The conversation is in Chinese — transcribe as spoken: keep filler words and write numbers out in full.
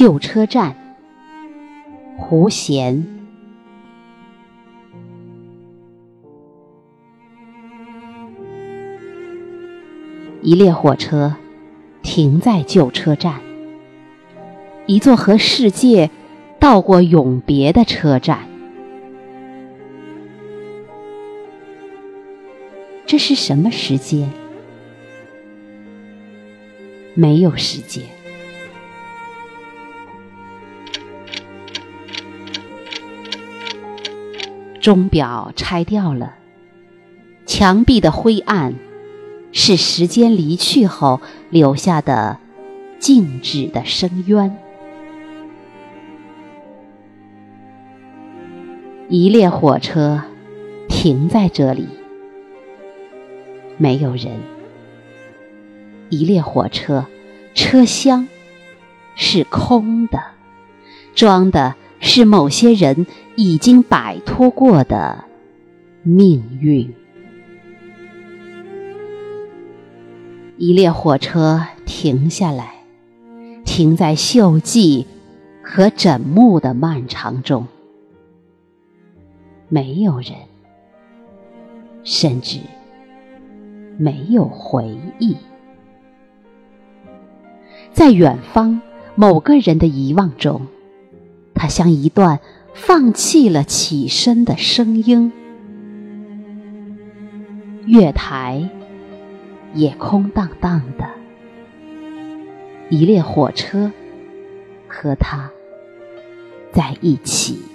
旧车站，胡弦。一列火车停在旧车站，一座和世界道过永别的车站。这是什么时间？没有时间。钟表拆掉了，墙壁的灰暗是时间离去后留下的静止的深渊。一列火车停在这里，没有人。一列火车，车厢是空的，装的是某些人已经摆脱过的命运。一列火车停下来，停在锈迹和枕木的漫长中，没有人，甚至没有回忆。在远方某个人的遗忘中，它像一段放弃了起身的声音。月台也空荡荡的，一列火车和它在一起。